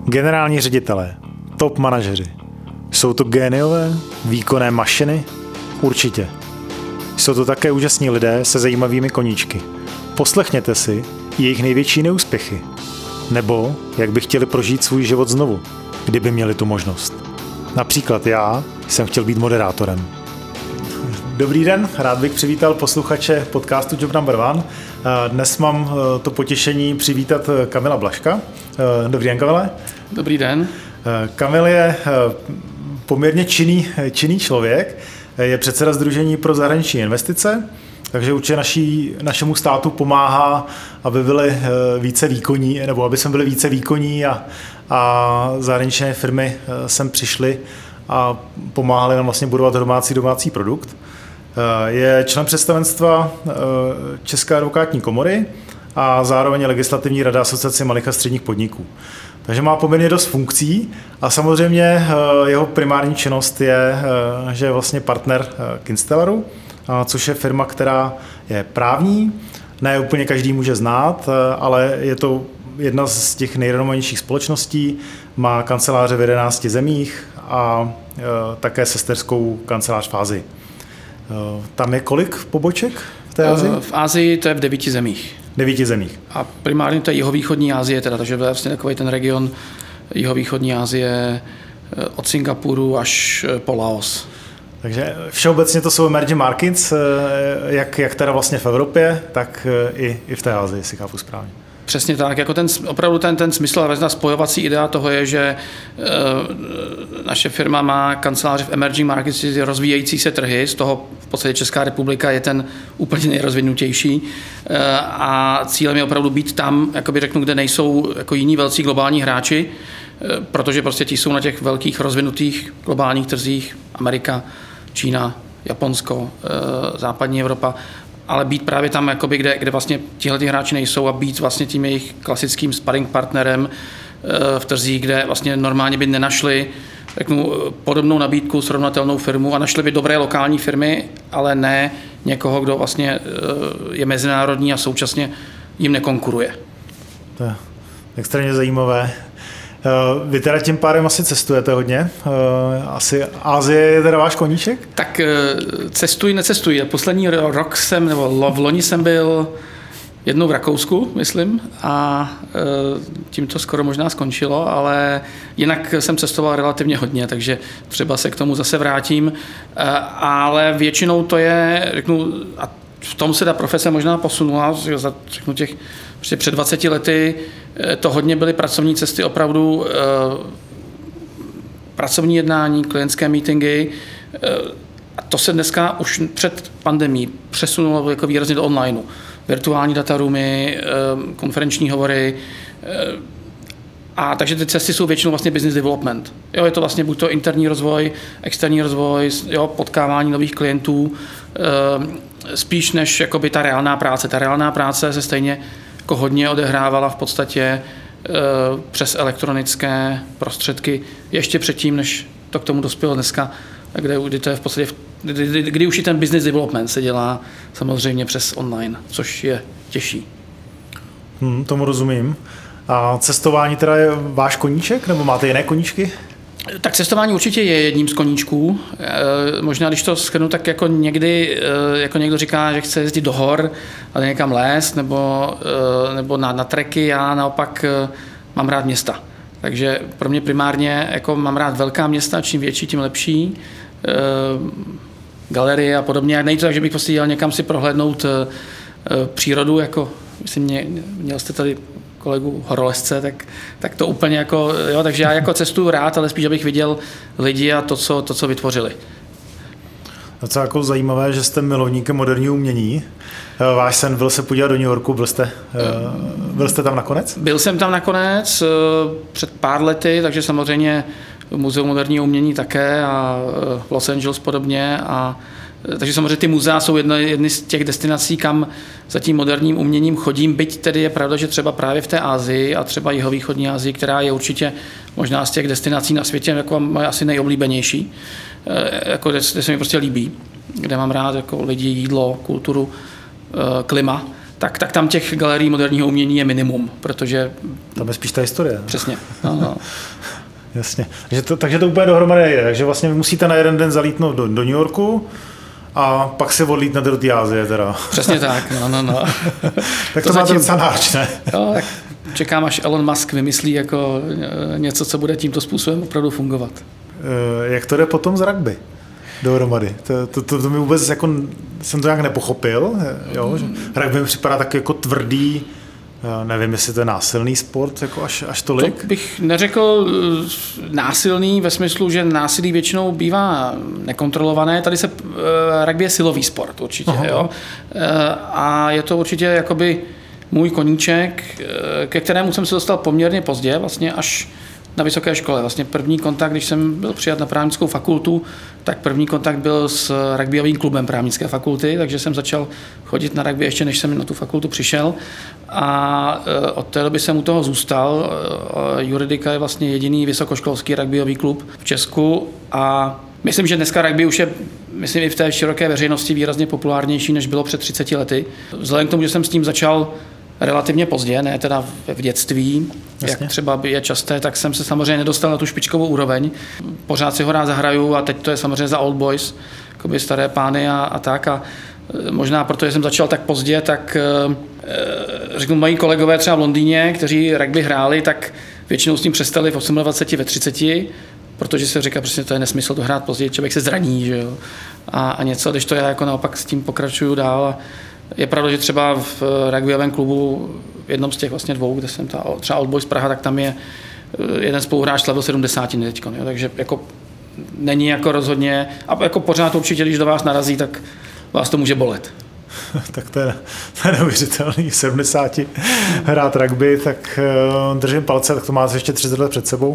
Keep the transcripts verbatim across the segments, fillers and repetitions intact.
Generální ředitelé, top manažeři. Jsou to géniové, výkonné mašiny? Určitě. Jsou to také úžasní lidé se zajímavými koníčky. Poslechněte si jejich největší neúspěchy. Nebo jak by chtěli prožít svůj život znovu, kdyby měli tu možnost. Například já jsem chtěl být moderátorem. Dobrý den, rád bych přivítal posluchače podcastu Job Number One. Dnes mám to potěšení přivítat Kamila Blažka. Dobrý den, Kamile. Dobrý den. Kamil je poměrně činný, činný člověk, je předseda Sdružení pro zahraniční investice, takže určitě naší, našemu státu pomáhá, aby byli více výkonní, nebo aby jsme byli více výkonní a, a zahraniční firmy sem přišly a pomáhali nám vlastně budovat domácí domácí produkt. Je člen představenstva České advokátní komory a zároveň legislativní rada Asociace malých a středních podniků. Takže má poměrně dost funkcí a samozřejmě jeho primární činnost je, že je vlastně partner Kinstellaru, což je firma, která je právní, ne úplně každý může znát, ale je to jedna z těch nejrenomovanějších společností, má kanceláře v jedenácti zemích a také sesterskou kancelář v Asii. Tam je kolik poboček v té Asii? V Asii to je v devíti zemích. Devíti zemích. A primárně to je jihovýchodní Asie, teda, takže vlastně takový ten region jihovýchodní Asie od Singapuru až po Laos. Takže všeobecně to jsou emerging markets, jak, jak teda vlastně v Evropě, tak i, i v té Asii, si chápu správně. Přesně tak, jako ten, opravdu ten, ten smysl a ta spojovací idea toho je, že e, naše firma má kanceláře v emerging markets, rozvíjející se trhy, z toho v podstatě Česká republika je ten úplně nejrozvinutější e, a cílem je opravdu být tam, jakoby řeknu, kde nejsou jako jiní velcí globální hráči, e, protože prostě ti jsou na těch velkých rozvinutých globálních trzích, Amerika, Čína, Japonsko, e, západní Evropa, ale být právě tam, jakoby, kde, kde vlastně tihleti hráči nejsou a být vlastně tím jejich klasickým sparring partnerem v trzích, kde vlastně normálně by nenašli řeknu, podobnou nabídku, srovnatelnou firmu a našli by dobré lokální firmy, ale ne někoho, kdo vlastně je mezinárodní a současně jim nekonkuruje. To je extrémně zajímavé. Vy teda tím pádem asi cestujete hodně. Asi Asie je teda váš koníček? Tak cestuji, necestuji. Poslední rok jsem, nebo v loni jsem byl jednou v Rakousku, myslím, a tím to skoro možná skončilo, ale jinak jsem cestoval relativně hodně, takže třeba se k tomu zase vrátím. Ale většinou to je, řeknu, a v tom se ta profese možná posunula, za řeknu těch prostě před dvaceti lety to hodně byly pracovní cesty, opravdu eh, pracovní jednání, klientské meetingy eh, a to se dneska už před pandemií přesunulo jako výrazně do onlineu. Virtuální dataroomy, eh, konferenční hovory eh, a takže ty cesty jsou většinou vlastně business development. Jo, je to vlastně buď to interní rozvoj, externí rozvoj, jo, potkávání nových klientů, eh, spíš než jakoby ta reálná práce. Ta reálná práce se stejně jako hodně odehrávala v podstatě e, přes elektronické prostředky ještě předtím, než to k tomu dospělo dneska, kde, kdy to je v podstatě, kdy, kdy už i ten business development se dělá samozřejmě přes online, což je těžší. Hmm, tomu rozumím. A cestování teda je váš koníček, nebo máte jiné koníčky? Tak cestování určitě je jedním z koníčků. E, možná, když to shrnu, tak jako někdy, e, jako někdo říká, že chce jezdit do hor, ale někam lézt, nebo, e, nebo na, na treky, já naopak e, mám rád města. Takže pro mě primárně jako mám rád velká města, čím větší, tím lepší. E, galerie a podobně. Nejde to tak, že bych prostě jel někam si prohlédnout e, přírodu, jako myslím, mě, měl jste tady kolegu horolezce, tak, tak to úplně jako, jo, takže já jako cestuju rád, ale spíš, abych viděl lidi a to, co, to, co vytvořili. To je jako zajímavé, že jste milovníkem moderního umění. Váš sen byl se podívat do New Yorku, byl jste, byl jste tam nakonec? Byl jsem tam nakonec před pár lety, takže samozřejmě Muzeum moderního umění také a Los Angeles podobně a takže samozřejmě ty muzea jsou jedno, jedny z těch destinací, kam za tím moderním uměním chodím, byť tedy je pravda, že třeba právě v té Asii a třeba jihovýchodní Asii, která je určitě možná z těch destinací na světě jako moje asi nejoblíbenější, jako kde se mi prostě líbí, kde mám rád jako lidi, jídlo, kulturu, klima, tak, tak tam těch galerií moderního umění je minimum, protože... Tam je spíš ta historie. Přesně. No, no. Jasně. Takže to, takže to úplně dohromady nejde. Takže vlastně vy musíte na jeden den zalítnout do, do New Yorku a pak se odlítnete do té Asie teda. Přesně tak, no, no, no. Tak to, to máte docela náročné. Jo, tak čekám, až Elon Musk vymyslí jako něco, co bude tímto způsobem opravdu fungovat. Jak to jde potom z rugby dohromady? To, to, to, to mi vůbec jako, jsem to nějak nepochopil. Jo? Že rugby mi připadá tak jako tvrdý, nevím, jestli to je násilný sport, jako až, až tolik. To bych neřekl násilný ve smyslu, že násilí většinou bývá nekontrolované. Tady se uh, rugby je silový sport určitě. Jo? Uh, a je to určitě jakoby můj koníček, ke kterému jsem se dostal poměrně pozdě, vlastně až na vysoké škole. Vlastně první kontakt, když jsem byl přijat na právnickou fakultu, tak první kontakt byl s rugbyovým klubem právnické fakulty, takže jsem začal chodit na rugby ještě než jsem na tu fakultu přišel a od té doby jsem u toho zůstal. Juridika je vlastně jediný vysokoškolský rugbyový klub v Česku a myslím, že dneska rugby už je, myslím, i v té široké veřejnosti výrazně populárnější, než bylo před třiceti lety. Vzhledem k tomu, že jsem s tím začal relativně pozdě, ne teda v dětství, Jasně. jak třeba je časté, tak jsem se samozřejmě nedostal na tu špičkovou úroveň. Pořád si ho rád zahraju a teď to je samozřejmě za old boys, jakoby staré pány a, a tak. A možná protože jsem začal tak pozdě, tak e, řeknu moji kolegové třeba v Londýně, kteří rugby hráli, tak většinou s tím přestali v dvaceti osmi, ve třiceti, protože se říká, prostě to je nesmysl to hrát později, člověk se zraní, že jo. A, a něco, když to já jako naopak s tím pokračuju dál. A je pravda, že třeba v rugbyovém klubu, v jednom z těch vlastně dvou, kde jsem ta, třeba Old Boys Praha, tak tam je jeden spoluhráč slavil sedmdesátiny teďko, jo, takže jako není jako rozhodně, a jako pořád určitě, když do vás narazí, tak vás to může bolet. Tak to je, to je neuvěřitelný, v sedmdesáti hrát rugby, tak uh, držím palce, tak to máte ještě třicet let před sebou.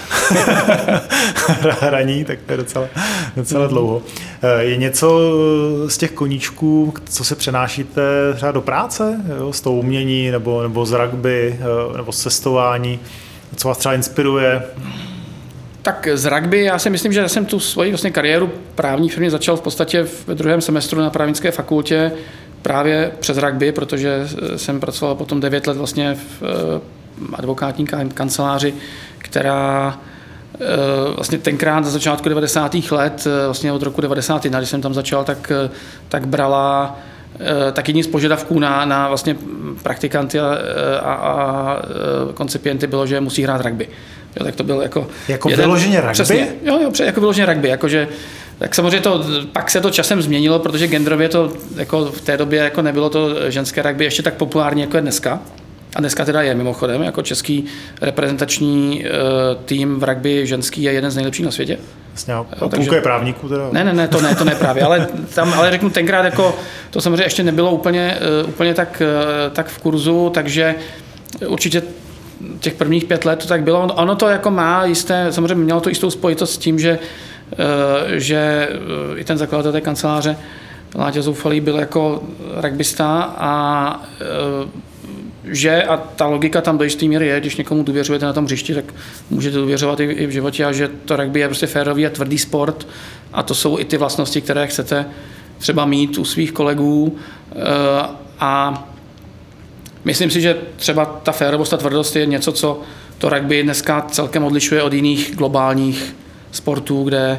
Hraní, tak to je docela, docela dlouho. Uh, je něco z těch koníčků, co se přenášíte třeba do práce, jo, z toho umění, nebo, nebo z rugby, uh, nebo z cestování, co vás třeba inspiruje? Tak z rugby, já si myslím, že jsem tu svoji vlastně kariéru právní firmě začal v podstatě ve druhém semestru na právnické fakultě právě přes rugby, protože jsem pracoval potom devět let vlastně v advokátní kanceláři, která vlastně tenkrát na začátku devadesátých let, vlastně od roku devadesát jedna, když jsem tam začal, tak, tak brala tak jedním z požadavků na, na vlastně praktikanty a, a, a koncipienty bylo, že musí hrát rugby. Jo, tak to byl jako... Jako jeden, vyloženě rugby? Přesně, jo, jo, jako vyloženě rugby, jakože, tak samozřejmě to, pak se to časem změnilo, protože genderově to jako v té době jako nebylo to ženské rugby ještě tak populární, jako je dneska. A dneska teda je mimochodem, jako český reprezentační uh, tým v rugby ženský je jeden z nejlepších na světě. Jasně, a půlka je právníků teda? Ne, ne, ne, to ne, to ne právě, ale tam, ale řeknu tenkrát jako, to samozřejmě ještě nebylo úplně, uh, úplně tak, uh, tak v kurzu, takže určitě těch prvních pět let to tak bylo. Ono to jako má jisté, samozřejmě mělo to jistou spojitost s tím, že, že i ten zakladatel té kanceláře Láďa Zoufalý byl jako rugbysta a že, a ta logika tam do jisté míry je, když někomu důvěřujete na tom hřišti, tak můžete důvěřovat i, i v životě a že to rugby je prostě férový a tvrdý sport a to jsou i ty vlastnosti, které chcete třeba mít u svých kolegů a myslím si, že třeba ta férovost a tvrdost je něco, co to rugby dneska celkem odlišuje od jiných globálních sportů, kde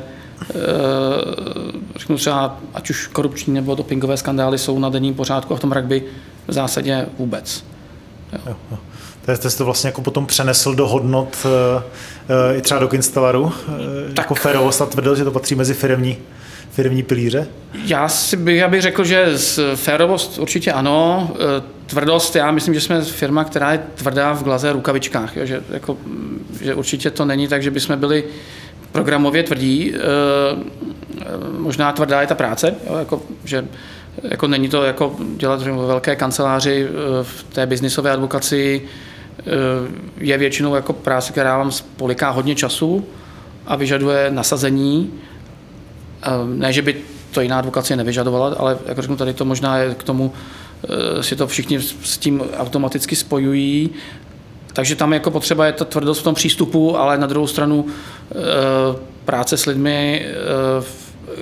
řeknu třeba ať už korupční nebo dopingové skandály jsou na denním pořádku a v tom rugby v zásadě vůbec. Jo. Jo, jo. Takže jste to vlastně jako potom přenesl do hodnot i třeba do Kinstellaru, jako férovost a tvrdost, že to patří mezi firemní firmní pilíře? Já si bych, já bych řekl, že férovost určitě ano, tvrdost, já myslím, že jsme firma, která je tvrdá v glaze rukavičkách, jo, že, jako, že určitě to není tak, že bychom byli programově tvrdí, možná tvrdá je ta práce, jo, jako, že jako není to jako dělat ve velké kanceláři v té biznisové advokaci, je většinou jako práce, která vám poliká hodně času a vyžaduje nasazení. Ne, že by to jiná advokacie nevyžadovala, ale jak řeknu, tady to možná je k tomu, si to všichni s tím automaticky spojují. Takže tam jako potřeba je ta tvrdost v tom přístupu, ale na druhou stranu práce s lidmi,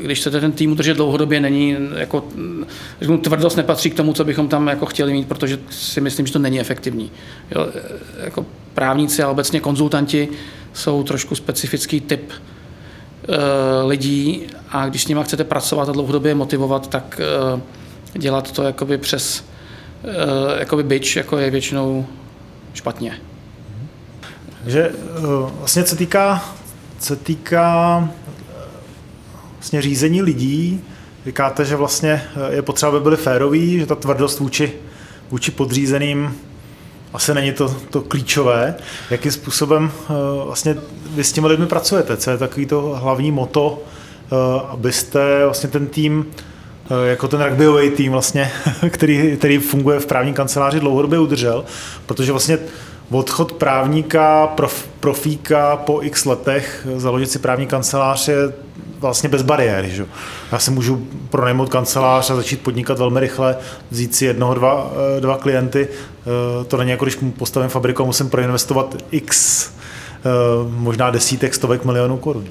když chcete ten tým udržet dlouhodobě, není jako, řeknu, tvrdost nepatří k tomu, co bychom tam jako chtěli mít, protože si myslím, že to není efektivní. Jo, jako právníci a obecně konzultanti jsou trošku specifický typ uh, lidí a když s nimi chcete pracovat a dlouhodobě motivovat, tak uh, dělat to jakoby přes uh, jakoby bič, jako je většinou špatně. Takže uh, vlastně co týká, co týká vlastně řízení lidí, říkáte, že vlastně je potřeba, aby byli féroví, že ta tvrdost vůči, vůči podřízeným asi není to, to klíčové. Jakým způsobem uh, vlastně vy s těmi lidmi pracujete? Co je takový to hlavní motto, uh, abyste vlastně ten tým, uh, jako ten rugbyový tým vlastně, který, který funguje v právní kanceláři, dlouhodobě udržel, protože vlastně odchod právníka, prof, profíka po x letech založit si právní kancelář je vlastně bez bariéry. Že? Já si můžu pronajmout kancelář a začít podnikat velmi rychle, vzít si jednoho, dva, dva klienty. To není jako když postavím fabriku a musím proinvestovat x, možná desítek, stovek milionů korun.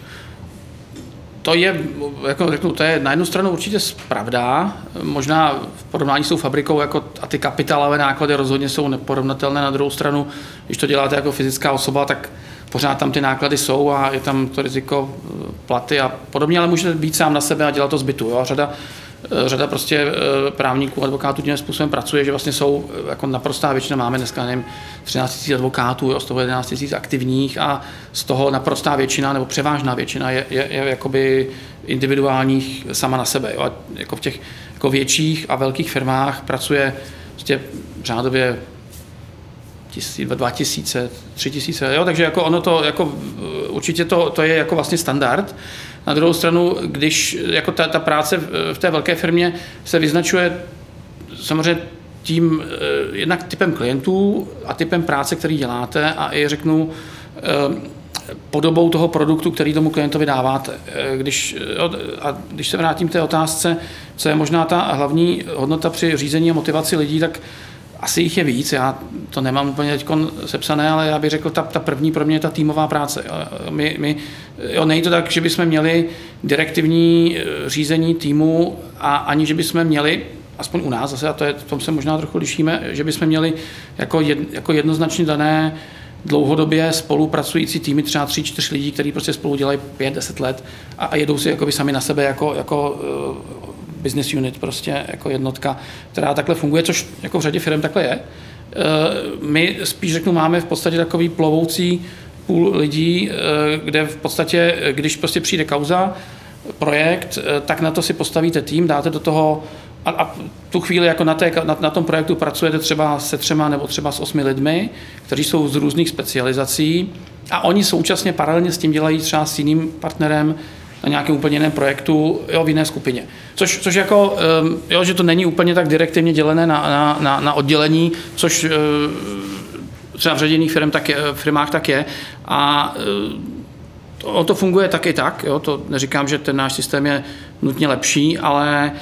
To je, jako řeknu, to je na jednu stranu určitě pravda, možná v porovnání s tou fabrikou jako, a ty kapitálové náklady rozhodně jsou neporovnatelné. Na druhou stranu, když to děláte jako fyzická osoba, tak pořád tam ty náklady jsou a je tam to riziko platy a podobně, ale můžete být sám na sebe a dělat to z bytu. Jo? Řada, řada prostě právníků, advokátů tím způsobem pracuje, že vlastně jsou jako naprostá většina, máme dneska nevím, třináct tisíc advokátů, jo, z toho jedenáct tisíc aktivních a z toho naprostá většina nebo převážná většina je, je, je jakoby individuálních sama na sebe. Jo? A jako v těch jako větších a velkých firmách pracuje prostě řádově tisíc, dva tisíce, tři tisíce, jo, takže jako ono to, jako určitě to, to je jako vlastně standard. Na druhou stranu, když jako ta, ta práce v té velké firmě se vyznačuje samozřejmě tím jednak typem klientů a typem práce, který děláte a i řeknu podobou toho produktu, který tomu klientovi dáváte. Když, a když se vrátím k té otázce, co je možná ta hlavní hodnota při řízení a motivaci lidí, tak asi jich je víc, já to nemám úplně teď sepsané, ale já bych řekl, ta, ta první pro mě je ta týmová práce. My, my, jo, není to tak, že bychom měli direktivní řízení týmu a ani, že bychom měli, aspoň u nás zase, a to je, v tom se možná trochu lišíme, že bychom měli jako, jed, jako jednoznačně dané dlouhodobě spolupracující týmy, třeba tři, čtyři lidí, kteří prostě spolu dělají pět, deset let a, a jedou si jakoby sami na sebe jako, jako business unit, prostě jako jednotka, která takhle funguje, což jako v řadě firm takhle je. My spíš řeknu, máme v podstatě takový plovoucí půl lidí, kde v podstatě, když prostě přijde kauza, projekt, tak na to si postavíte tým, dáte do toho a, a tu chvíli jako na, té, na, na tom projektu pracujete třeba se třema nebo třeba s osmi lidmi, kteří jsou z různých specializací a oni současně paralelně s tím dělají třeba s jiným partnerem na nějakém úplně jiném projektu, jo, v jiné skupině. Což, což jako, jo, že to není úplně tak direktivně dělené na, na, na, na oddělení, což třeba v řadě jiných firm tak je, firmách tak je. A to, to funguje tak i tak, jo, to neříkám, že ten náš systém je nutně lepší, ale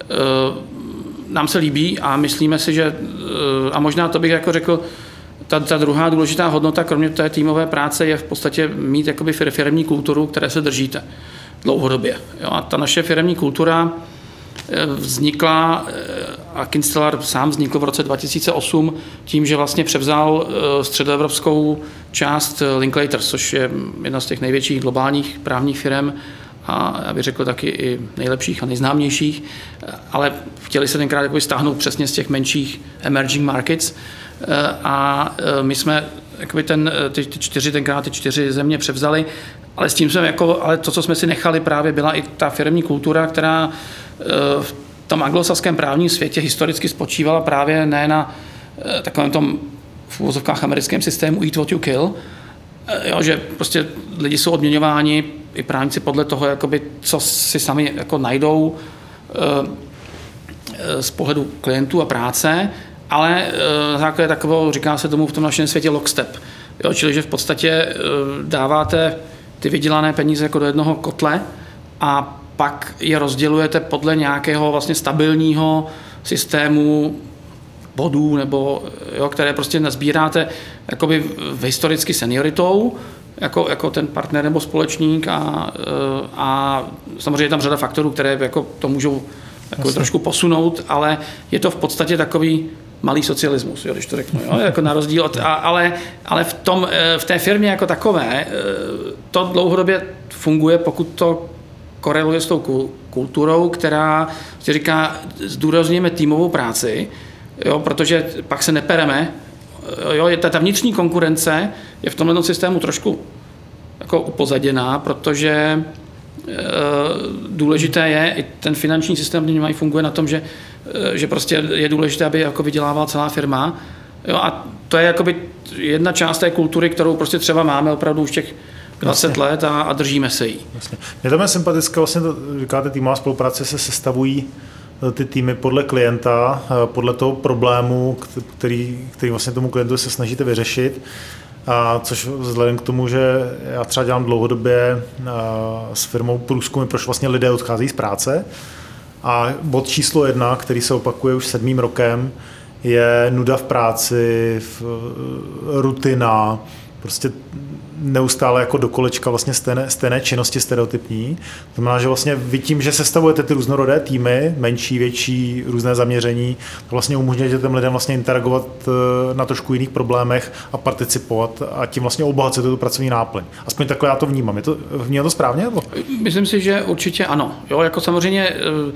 nám se líbí a myslíme si, že, a možná to bych jako řekl, Ta, ta druhá důležitá hodnota, kromě té týmové práce, je v podstatě mít jakoby firemní kulturu, které se držíte dlouhodobě. Jo, a ta naše firemní kultura vznikla, a Kinstellar sám vznikl v roce dva tisíce osm tím, že vlastně převzal středoevropskou část Linklaters, což je jedna z těch největších globálních právních firm a já bych řekl taky i nejlepších a nejznámějších, ale chtěli se tenkrát jakoby stáhnout přesně z těch menších emerging markets a my jsme jakoby ten, ty, ty čtyři, tenkrát ty čtyři země převzali, ale s tím jsme jako, ale to, co jsme si nechali právě, byla i ta firemní kultura, která v tom anglosaském právním světě historicky spočívala právě ne na takovém tom v uvozovkách americkém systému eat what you kill, jo, že prostě lidi jsou odměňováni i právníci podle toho, jakoby, co si sami jako najdou z pohledu klientů a práce, ale na základě takového, říká se tomu v tom našem světě lockstep. Jo, čili, že v podstatě dáváte ty vydělané peníze jako do jednoho kotle a pak je rozdělujete podle nějakého vlastně stabilního systému bodů, nebo, jo, které prostě nazbíráte jakoby historicky senioritou, jako, jako ten partner nebo společník a, a samozřejmě je tam řada faktorů, které jako to můžou jako trošku posunout, ale je to v podstatě takový malý socialismus, jo, když to řeknu, jo, jako na rozdíl od, a, ale, ale v, tom, v té firmě jako takové to dlouhodobě funguje, pokud to koreluje s tou kulturou, která si říká, zdůrazňujeme týmovou práci, jo, protože pak se nepereme, jo, je ta, ta vnitřní konkurence je v tomhle systému trošku jako upozaděná, protože e, důležité je, i ten finanční systém mají funguje na tom, že, e, že prostě je důležité, aby jako vydělávala celá firma. Jo, a to je jakoby jedna část té kultury, kterou prostě třeba máme opravdu už těch dvacet Jasně. let a, a držíme se jí. Jasně. Mě tam je sympatická, vlastně to, říkáte, týmová spolupráce, se sestavují ty týmy podle klienta, podle toho problému, který, který vlastně tomu klientu se snažíte vyřešit. A což vzhledem k tomu, že já třeba dělám dlouhodobě s firmou průzkumy, proč vlastně lidé odcházejí z práce. A bod číslo jedna, který se opakuje už sedmým rokem, je nuda v práci, rutina, prostě neustále jako do kolečka vlastně stejné, stejné činnosti stereotypní. To znamená, že vlastně vy tím, že sestavujete ty různorodé týmy, menší, větší, různé zaměření, to vlastně umožňuje těm lidem vlastně interagovat na trošku jiných problémech a participovat a tím vlastně obohacujete tu pracovní náplň. Aspoň takhle já to vnímám. Je to, vnímám to správně? Nebo? Myslím si, že určitě ano. Jo, jako samozřejmě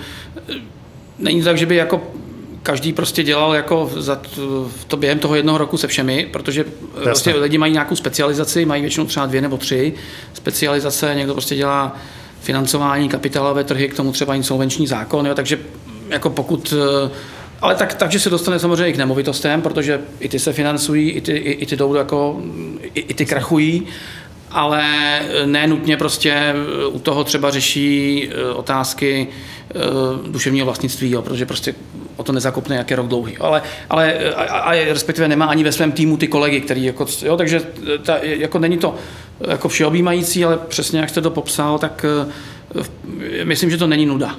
není tak, že by jako každý prostě dělal jako za to během toho jednoho roku se všemi, protože prostě lidi mají nějakou specializaci, mají většinou třeba dvě nebo tři specializace, někdo prostě dělá financování, kapitálové trhy, k tomu třeba insolvenční zákon, jo, takže jako pokud, ale tak, takže se dostane samozřejmě i k nemovitostem, protože i ty se financují, i ty, i, i ty jdou jako, i, i ty krachují, ale ne nutně prostě u toho třeba řeší otázky duševního vlastnictví, jo, protože prostě o to nezakopne, jak je rok dlouhý. Ale, ale a, a respektive nemá ani ve svém týmu ty kolegy, který jako, jo, takže ta, jako není to jako všeobjímající, ale přesně jak jste to popsal, tak myslím, že to není nuda.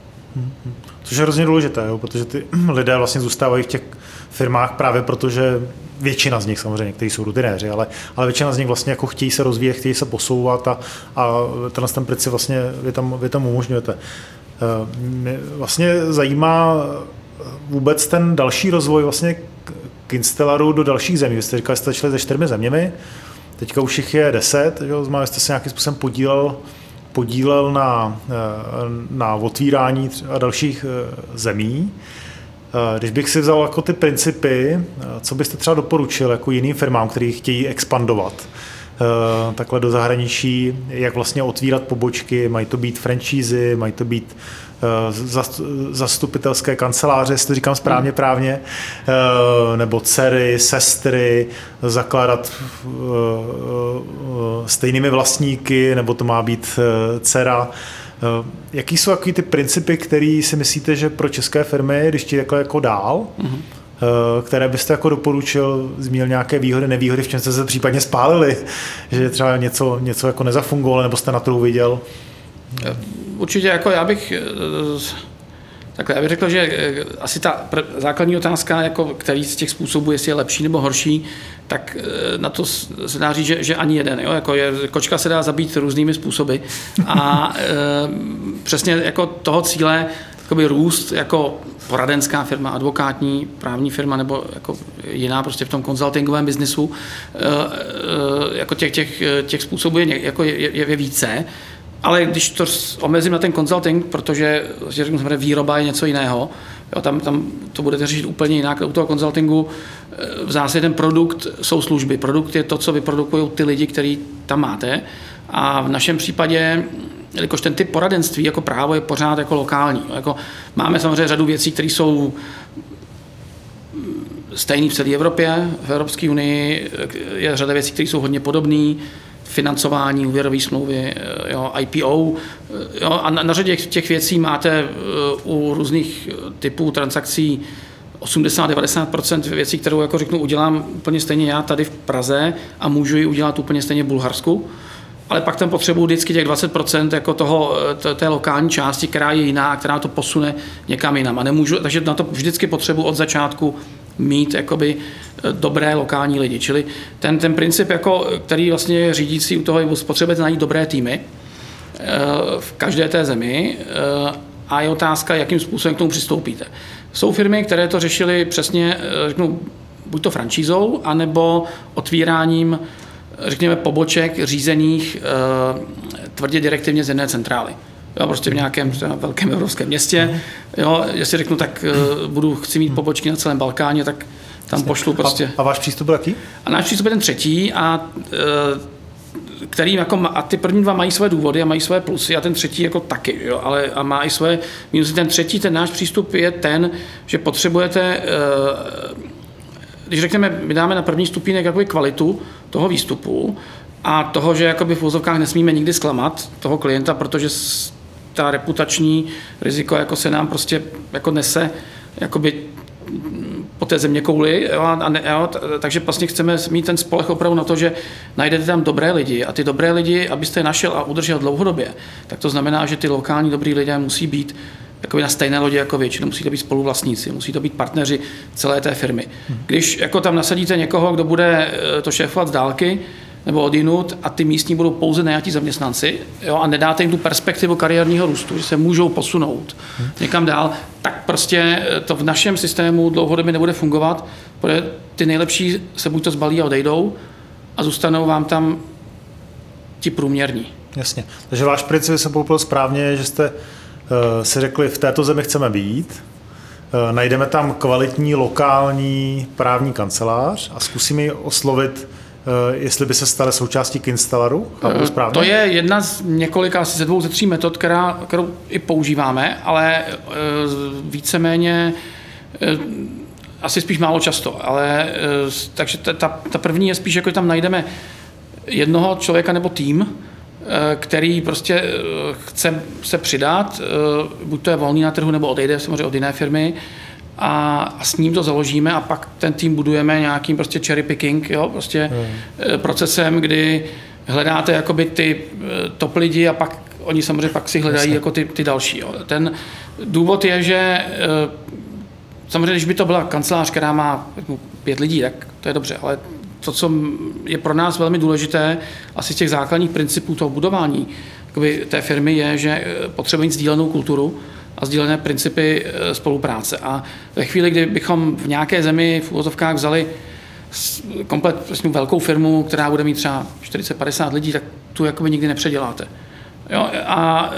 Což je hrozně důležité, jo, protože ty lidé vlastně zůstávají v těch firmách právě proto, že většina z nich samozřejmě, kteří jsou rutinéři, ale, ale většina z nich vlastně jako chtějí se rozvíjet, chtějí se posouvat a, a tenhle ten princip vlastně vy tam, vy tam umožňujete. Mě vlastně zajímá vůbec ten další rozvoj vlastně k Instellaru do dalších zemí. Vy jste říkali, že jste začali se čtyřmi zeměmi, teďka už jich je deset, že jste se nějakým způsobem podílel, podílel na, na otvírání dalších zemí. Když bych si vzal jako ty principy, co byste třeba doporučil jako jiným firmám, kteří chtějí expandovat takhle do zahraničí, jak vlastně otvírat pobočky, mají to být franšízy, mají to být zastupitelské kanceláře, jestli to říkám správně právně, nebo dcery, sestry, zakládat stejnými vlastníky, nebo to má být dcera. Jaký jsou takový ty principy, které si myslíte, že pro české firmy, když ti takhle jako dál, mm-hmm. které byste jako doporučil, zmínil nějaké výhody, nevýhody, v čem jste se případně spálili, že třeba něco, něco jako nezafungovalo, nebo jste na trhu viděl? Určitě jako já bych takhle, já bych řekl, že asi ta základní otázka, jako který z těch způsobů, jestli je lepší nebo horší, tak na to se dá říct, že, že ani jeden. Jo? Jako je, kočka se dá zabít různými způsoby a e, přesně jako toho cíle jakoby růst jako poradenská firma, advokátní, právní firma nebo jako jiná prostě v tom konzultingovém biznisu, e, e, jako těch, těch, těch způsobů je, jako je, je, je více. Ale když to omezím na ten consulting, protože řeknu, výroba je něco jiného, jo, tam, tam to budete řešit úplně jinak. U toho consultingu v zásadě ten produkt jsou služby. Produkt je to, co vyprodukují ty lidi, který tam máte. A v našem případě, jelikož ten typ poradenství jako právo je pořád jako lokální. Jako máme samozřejmě řadu věcí, které jsou stejné v celé Evropě. V Evropské unii je řada věcí, které jsou hodně podobné. Financování, úvěrové smlouvy, jo, I P O. Jo, a na, na řadě těch věcí máte u různých typů transakcí osmdesát až devadesát procent věcí, kterou jako řeknu, udělám úplně stejně já tady v Praze a můžu ji udělat úplně stejně v Bulharsku. Ale pak tam potřebuji vždycky těch dvacet procent jako toho, té lokální části, která je jiná a která to posune někam jinam. A nemůžu, takže na to vždycky potřebuji od začátku mít jakoby dobré lokální lidi. Čili ten, ten princip, jako, který vlastně je řídící u toho, je potřebujete najít dobré týmy v každé té zemi a je otázka, jakým způsobem k tomu přistoupíte. Jsou firmy, které to řešily přesně, řeknu, buď to franšízou, anebo otvíráním, řekněme, poboček řízených tvrdě direktivně z jedné centrály. Jo, prostě v nějakém třeba velkém evropském městě. Jo, jestli řeknu, tak budu, chci mít pobočky na celém Balkáně, tak tam pošlu prostě. A, a váš přístup je jaký? A náš přístup je ten třetí, a který jako, a ty první dva mají své důvody a mají své plusy a ten třetí jako taky, jo, ale a má i své minusy. Ten třetí, ten náš přístup je ten, že potřebujete, když řekneme, my dáme na první stupínek jakoby kvalitu toho výstupu a toho, že jakoby v úzovkách nesmíme nikdy zklamat toho klienta, protože ta reputační riziko jako se nám prostě jako nese jakoby po té zeměkouli, jo, a ne, jo, takže vlastně chceme mít ten spoleh opravdu na to, že najdete tam dobré lidi a ty dobré lidi, abyste je našel a udržel dlouhodobě, tak to znamená, že ty lokální dobrý lidé musí být jakoby na stejné lodi jako většinou, musí to být spoluvlastníci, musí to být partneři celé té firmy. Když jako tam nasadíte někoho, kdo bude to šéfovat z dálky, nebo odinut a ty místní budou pouze najatí zaměstnanci, jo, a nedáte jim tu perspektivu kariérního růstu, že se můžou posunout hmm. někam dál, tak prostě to v našem systému dlouhodobě nebude fungovat, protože ty nejlepší se buď to zbalí a odejdou a zůstanou vám tam ti průměrní. Jasně. Takže váš princip se pochopil správně, že jste uh, si řekli, v této zemi chceme být, uh, najdeme tam kvalitní lokální právní kancelář a zkusíme ji oslovit, jestli by se staly součástí Kinstellaru? To je jedna z několika, asi ze dvou, ze tří metod, která, kterou i používáme, ale víceméně asi spíš málo často. Ale, takže ta, ta první je spíš, jako tam najdeme jednoho člověka nebo tým, který prostě chce se přidat, buď to je volný na trhu, nebo odejde samozřejmě od jiné firmy, a, a s ním to založíme a pak ten tým budujeme nějakým prostě cherry picking, jo, prostě hmm. procesem, kdy hledáte jakoby ty top lidi a pak oni samozřejmě pak si hledají Jasně. jako ty, ty další. Jo. Ten důvod je, že samozřejmě, když by to byla kancelář, která má pět lidí, tak to je dobře, ale to, co je pro nás velmi důležité, asi z těch základních principů toho budování jakoby té firmy je, že potřebuje mít sdílenou kulturu a sdílené principy spolupráce. A ve chvíli, kdy bychom v nějaké zemi v úvozovkách vzali komplet vlastně velkou firmu, která bude mít třeba čtyřicet padesát lidí, tak tu jakoby nikdy nepředěláte. Jo? A,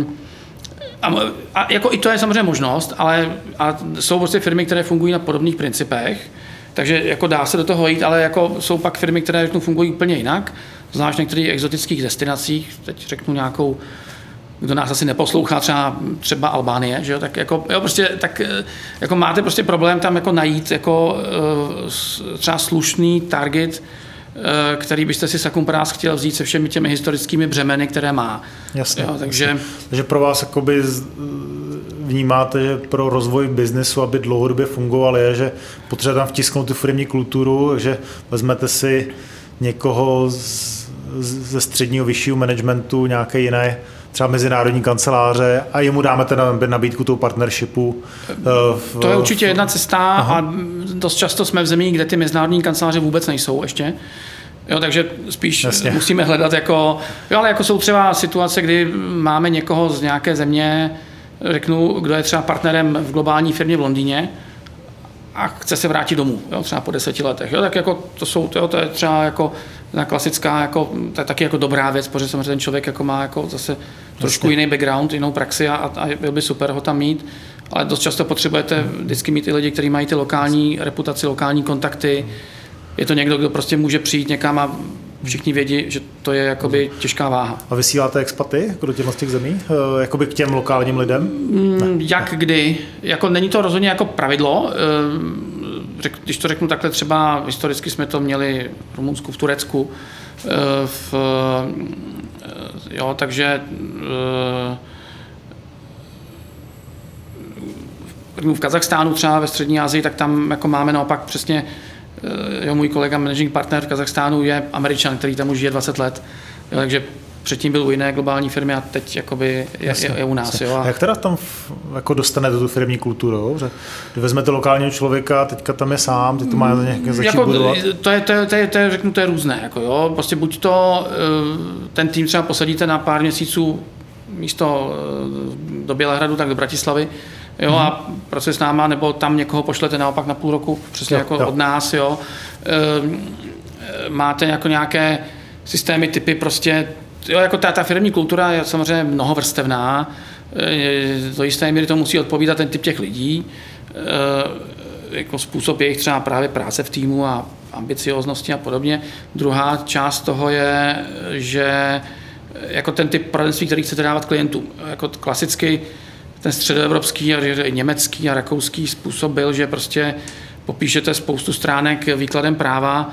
a, a jako i to je samozřejmě možnost, ale a jsou prostě firmy, které fungují na podobných principech, takže jako dá se do toho jít, ale jako jsou pak firmy, které fungují úplně jinak, zvlášť v některých exotických destinacích, teď řeknu nějakou, kdo nás asi neposlouchá, třeba, třeba Albánie, že jo, tak jako, jo, prostě, tak jako máte prostě problém tam jako najít jako třeba slušný target, který byste si Sakumpras chtěl vzít se všemi těmi historickými břemeny, které má. Jasně. Jo, takže... Jasně. takže pro vás jakoby vnímáte, že pro rozvoj biznesu, aby dlouhodobě fungoval, je, že potřeba tam vtisknout tu firmní kulturu, že vezmete si někoho z, ze středního vyššího managementu, nějaké jiné třeba mezinárodní kanceláře a jemu dáme teda nabídku tou partnershipu. V, to je určitě jedna cesta Aha. a dost často jsme v zemích, kde ty mezinárodní kanceláře vůbec nejsou ještě. Jo, takže spíš Jasně. musíme hledat jako, jo, ale jako jsou třeba situace, kdy máme někoho z nějaké země, řeknu, kdo je třeba partnerem v globální firmě v Londýně a chce se vrátit domů, jo, třeba po deseti letech. Jo, tak jako to jsou, to, to je třeba jako na klasická, jako, to je taky jako dobrá věc, protože samozřejmě ten člověk jako má jako zase trošku jiný background, jinou praxi a, a byl by super ho tam mít, ale dost často potřebujete vždycky mít i lidi, kteří mají ty lokální reputaci, lokální kontakty. Je to někdo, kdo prostě může přijít někam a všichni vědí, že to je jakoby těžká váha. A vysíláte expaty jako do těch zemí? Jakoby k těm lokálním lidem? Ne. Jak kdy? Jako není to rozhodně jako pravidlo. Když to řeknu takhle, třeba historicky jsme to měli v Rumunsku, v Turecku, v, jo, takže v Kazachstánu třeba ve střední Asii, tak tam jako máme naopak přesně, jo, můj kolega managing partner v Kazachstánu je Američan, který tam už žije dvacet let, jo, takže předtím byl u jiné globální firmy a teď jakoby je, jasně, je, je u nás. Jo. A jak teda tam jako dostanete tu firmní kulturu? Že vezmete lokálního člověka, teďka tam je sám, teď to má nějaké začít jako, budovat? To je, to, je, to, je, to je, řeknu, to je různé. Jako jo. Prostě buď to ten tým třeba posadíte na pár měsíců místo do Bělehradu, tak do Bratislavy, jo, mm-hmm. a pracuje s náma, nebo tam někoho pošlete naopak na půl roku, přesně jo, jako jo. od nás, jo. E, máte jako nějaké systémy, typy, prostě, jo, jako ta, ta firmní kultura je samozřejmě mnohovrstevná, e, do jisté míry to musí odpovídat ten typ těch lidí, e, jako způsob jejich třeba právě práce v týmu a ambicioznosti a podobně. Druhá část toho je, že jako ten typ poradenství, který chcete dávat klientům, jako klasicky ten středoevropský a německý a rakouský způsob byl, že prostě popíšete spoustu stránek výkladem práva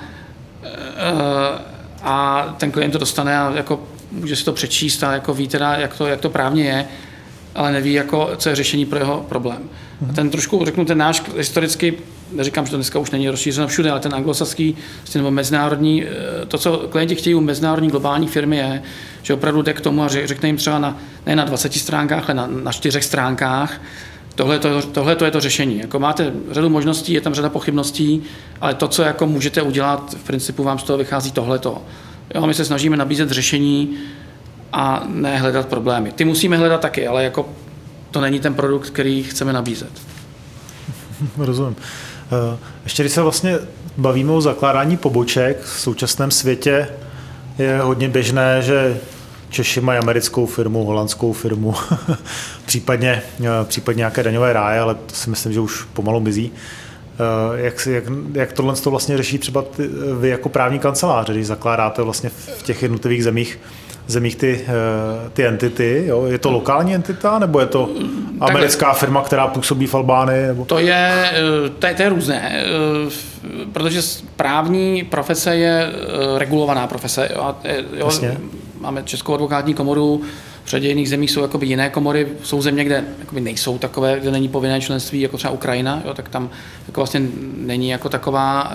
a ten klient to dostane a jako může si to přečíst a jako ví teda, jak to, jak to právně je, ale neví, jako, co je řešení pro jeho problém. A ten trošku, řeknu, ten náš historicky, neříkám, že to dneska už není rozšířeno všude, ale ten anglosaský, nebo mezinárodní, to, co klienti chtějí u mezinárodní globální firmy je, že opravdu jde k tomu a řekne jim třeba na, ne na dvaceti stránkách, ale na, na čtyřech stránkách, tohle, to, tohle to je to řešení. Jako máte řadu možností, je tam řada pochybností, ale to, co jako můžete udělat, v principu vám z toho vychází tohleto. Jo, my se snažíme nabízet řešení a ne hledat problémy. Ty musíme hledat taky, ale jako to není ten produkt, který chceme nabízet. Rozumím. Ještě když se vlastně bavíme o zakládání poboček, v současném světě je hodně běžné, že Češi mají americkou firmu, holandskou firmu, případně, případně nějaké daňové ráje, ale to si myslím, že už pomalu mizí. Jak, jak, jak tohle to vlastně řeší třeba ty, vy jako právní kanceláře, když zakládáte vlastně v těch jednotlivých zemích, zemích ty, ty entity, jo? Je to lokální entita, nebo je to americká Takhle. firma, která působí v Albánii? Nebo? To je, to je, to je různé, protože právní profese je regulovaná profese. Jo? Jo? Máme Českou advokátní komoru, v řadě jiných zemí jsou jakoby jiné komory, jsou země, kde jakoby nejsou takové, kde není povinné členství, jako třeba Ukrajina, jo, tak tam jako vlastně není jako taková,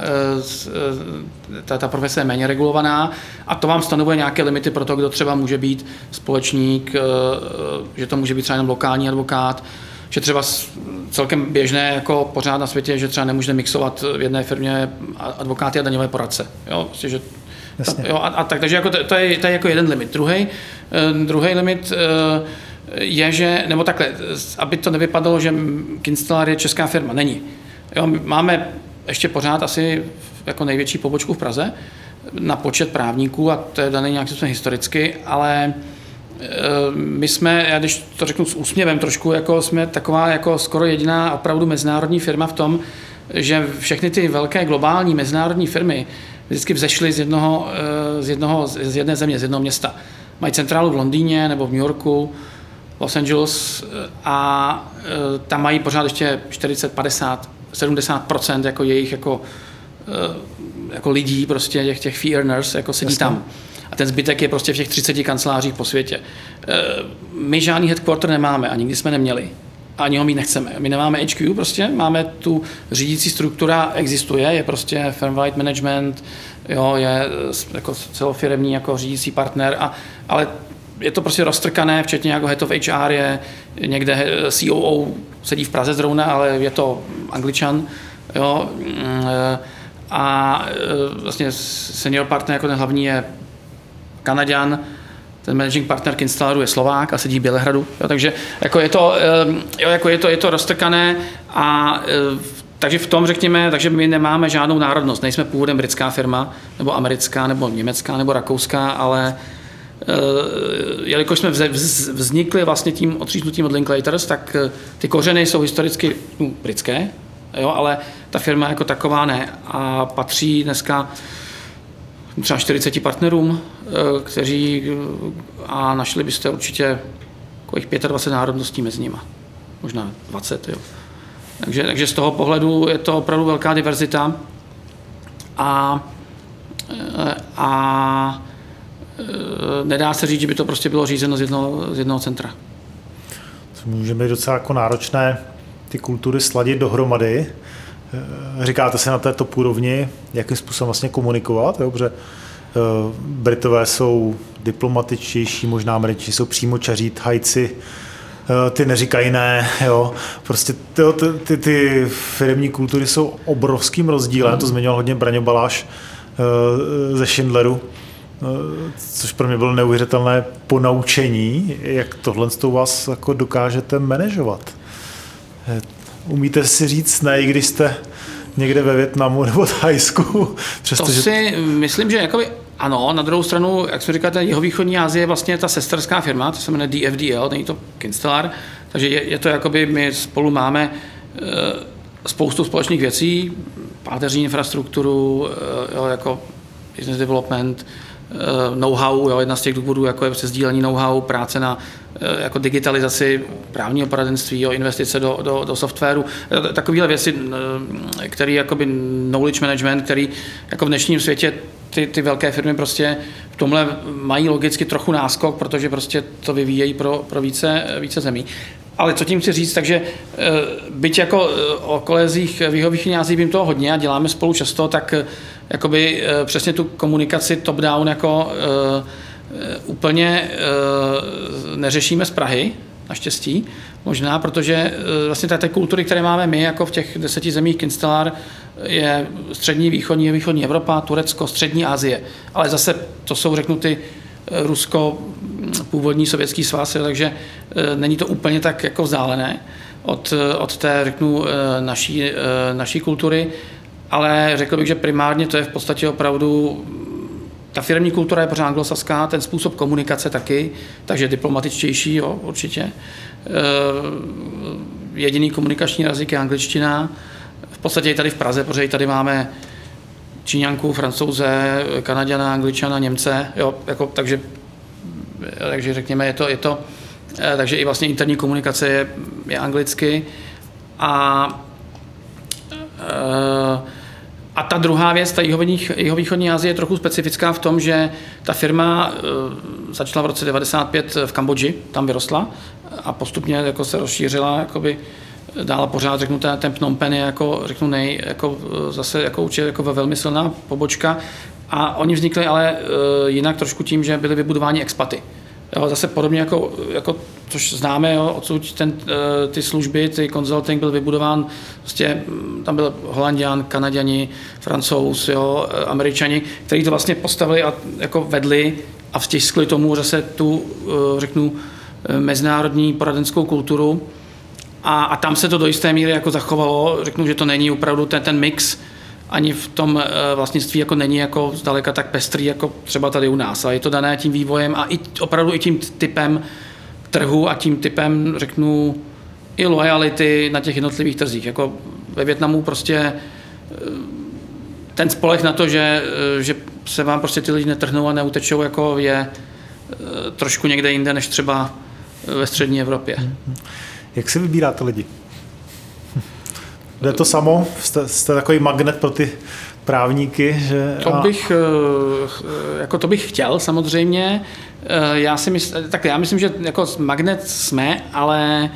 ta, ta profese je méně regulovaná a to vám stanovuje nějaké limity pro to, kdo třeba může být společník, že to může být třeba jenom lokální advokát, že třeba celkem běžné jako pořád na světě, že třeba nemůžete mixovat v jedné firmě advokáty a daňové poradce. Jo, vlastně, že Ta, jo, a, a tak, takže jako to, to, je, to je jako jeden limit. Druhý uh, druhý limit uh, je, že, nebo takhle, aby to nevypadalo, že Kinstellar je česká firma. Není. Jo, máme ještě pořád asi jako největší pobočku v Praze na počet právníků a to je dané nějak historicky, ale uh, my jsme, já když to řeknu s úsměvem trošku, jako jsme taková jako skoro jediná opravdu mezinárodní firma v tom, že všechny ty velké globální mezinárodní firmy vždycky vzešly z jednoho, z jednoho, z jedné země, z jednoho města. Mají centrálu v Londýně nebo v New Yorku, Los Angeles a tam mají pořád ještě čtyřicet, padesát, sedmdesát procent jako jejich jako, jako lidí, prostě těch, těch fee earners, jako sedí Jasně. tam. A ten zbytek je prostě v těch třiceti kancelářích po světě. My žádný headquarter nemáme a nikdy jsme neměli. Ani ho mít nechceme. My nemáme H Q, prostě máme tu řídící struktura, existuje, je prostě firm-wide management, jo, je jako celofiremní jako řídící partner, a, ale je to prostě roztrkané, včetně jako head of H R je někde C O O sedí v Praze zrovna, ale je to Angličan, jo, a vlastně senior partner jako ten hlavní je Kanaďan, ten managing partner Kinstellaru je Slovák a sedí v Bělehradu, jo, takže jako je to, jo, jako je to, je to roztrkané a takže v tom řekněme, takže my nemáme žádnou národnost, nejsme původem britská firma, nebo americká, nebo německá, nebo rakouská, ale jelikož jsme vznikli vlastně tím odříznutím od Linklaters, tak ty kořeny jsou historicky no, britské, jo, ale ta firma jako taková ne a patří dneska třeba čtyřiceti partnerům, kteří a našli byste určitě dvacet pět národností mezi nimi. Možná dvacet, jo. Takže, takže z toho pohledu je to opravdu velká diverzita a, a nedá se říct, že by to prostě bylo řízeno z jednoho, z jednoho centra. Může být docela jako náročné ty kultury sladit dohromady. Říkáte se na této úrovni, jakým způsobem vlastně komunikovat, jo? Protože Britové jsou diplomatičtější, možná Američané jsou přímočaří, Thajci ty neříkají ne, jo. Prostě ty, ty, ty firemní kultury jsou obrovským rozdílem, to zmiňoval hodně Braňo Baláš ze Schindleru, což pro mě bylo neuvěřitelné ponaučení, jak tohle z toho vás jako dokážete manažovat. Umíte si říct ne, i když jste někde ve Vietnamu nebo Thajsku? To si že... myslím, že jakoby ano, na druhou stranu, jak jsme říkali, jihovýchodní Asie je vlastně ta sesterská firma, to se jmenuje D F D L, není to Kinstellar, takže je, je to jakoby, my spolu máme e, spoustu společných věcí, páteřní infrastrukturu, e, jo, jako business development, e, know-how, jo, jedna z těch důvodů, jako je prostě sdílení know-how, práce na e, jako digitalizaci právního poradenství, jo, investice do, do, do softwaru, e, takovéhle věci, e, které jakoby knowledge management, který jako v dnešním světě Ty, ty velké firmy prostě v tomhle mají logicky trochu náskok, protože prostě to vyvíjejí pro, pro více, více zemí. Ale co tím chci říct, takže byť jako o kolezích v jihovýchodní Asii vím toho hodně a děláme spolu často, tak jakoby přesně tu komunikaci top-down jako úplně neřešíme z Prahy, naštěstí, možná, protože vlastně té kultury, které máme my, jako v těch deseti zemích Kinstellar, je střední, východní, východní Evropa, Turecko, střední Asie. Ale zase to jsou, řeknu, ty Rusko, původní sovětský svaz, takže není to úplně tak jako vzdálené od, od té, řeknu, naší, naší kultury, ale řekl bych, že primárně to je v podstatě opravdu ta firemní kultura je pořád anglosaská, ten způsob komunikace taky, takže diplomatičtější, jo, určitě. E, jediný komunikační jazyk je angličtina. V podstatě i tady v Praze, protože tady máme Číňanku, Francouze, Kanaďana, Angličana, Němce, jo, jako, takže, takže řekněme, je to, je to e, takže i vlastně interní komunikace je, je anglicky. A e, A ta druhá věc, ta jihovýchodní Asie je trochu specifická v tom, že ta firma e, začala v roce devadesát pět v Kambodži, tam vyrostla a postupně jako se rozšířila, jakoby dál pořád, řeknu, ten, ten Phnom Penh je jako, řeknu, nej, jako zase jako určitě jako velmi silná pobočka a oni vznikli ale e, jinak trošku tím, že byli vybudováni expaty. Jo, zase podobně jako, jako což známe, jo, odsud ten, ty služby, ty consulting byl vybudován, prostě tam byl Holanďan, Kanaďani, Francouz, jo, Američani, kteří to vlastně postavili a jako vedli a vtiskli tomu zase tu, řeknu, mezinárodní poradenskou kulturu a, a tam se to do jisté míry jako zachovalo, řeknu, že to není opravdu ten, ten mix, ani v tom vlastnictví jako není jako zdaleka tak pestrý, jako třeba tady u nás. A je to dané tím vývojem a i opravdu i tím typem trhu a tím typem, řeknu, i lojality na těch jednotlivých trzích. Jako ve Vietnamu prostě ten spoleh na to, že, že se vám prostě ty lidi netrhnou a neutečou, jako je trošku někde jinde, než třeba ve střední Evropě. Jak si vybíráte lidi? Jde to samo? Jste, jste takový magnet pro ty právníky? Že... To bych, jako to bych chtěl samozřejmě. Já si mysl, tak já myslím, že jako magnet jsme, ale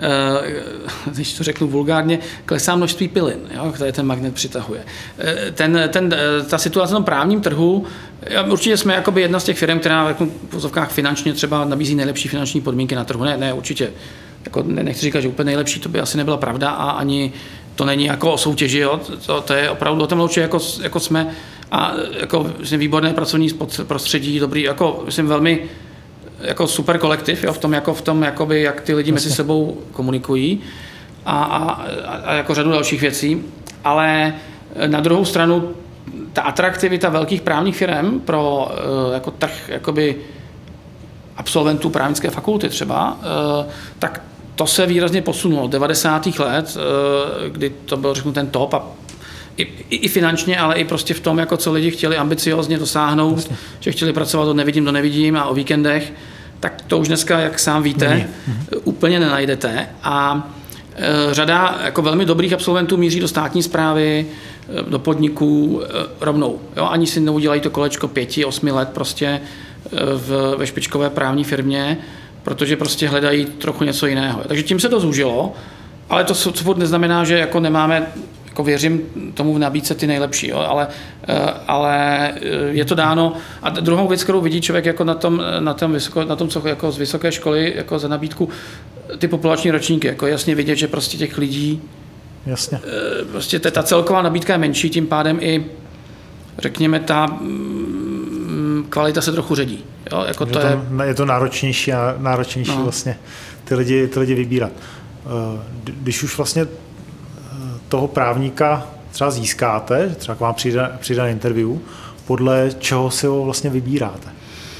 když to řeknu vulgárně, klesá množství pilin, jo, které ten magnet přitahuje. Ten, ten, ta situace na právním trhu, určitě jsme jakoby jedna z těch firm, která v vozovkách finančně třeba nabízí nejlepší finanční podmínky na trhu. Ne, ne, určitě. Jako nechci říkat, že úplně nejlepší, to by asi nebyla pravda a ani to není jako o soutěži, jo. To, to je opravdu o tom určitě jako, jako jsme a jako myslím, výborné pracovní prostředí, dobrý, jako myslím velmi jako super kolektiv, jo, v tom, jako v tom jakoby, jak ty lidi mezi sebou komunikují a, a, a jako řadu dalších věcí, ale na druhou stranu ta atraktivita velkých právních firm pro jako trh jakoby absolventů právnické fakulty třeba, tak to se výrazně posunulo od devadesátých let, kdy to byl, řeknu, ten top a i, i, i finančně, ale i prostě v tom, jako co lidi chtěli ambiciozně dosáhnout, Jasně. že chtěli pracovat od nevidím do nevidím a o víkendech, tak to už dneska, jak sám víte, Není. úplně nenajdete. A e, řada jako velmi dobrých absolventů míří do státní správy, e, do podniků e, rovnou. Jo? Ani si neudělají to kolečko pěti, osmi let prostě e, v, ve špičkové právní firmě, protože prostě hledají trochu něco jiného. Takže tím se to zúžilo, ale to furt neznamená, že jako nemáme jako věřím tomu v nabídce ty nejlepší, jo, ale, ale je to dáno. A druhou věc, kterou vidí člověk jako na tom, na tom, vysoko, na tom co jako z vysoké školy, jako za nabídku, ty populační ročníky, jako jasně vidět, že prostě těch lidí, jasně. Prostě ta celková nabídka je menší, tím pádem i, řekněme, ta kvalita se trochu ředí. Jo, jako to je... je to náročnější a náročnější no. vlastně ty lidi, ty lidi vybírat. Když už vlastně toho právníka třeba získáte, že třeba k vám přijde, přijde na interview, podle čeho si ho vlastně vybíráte?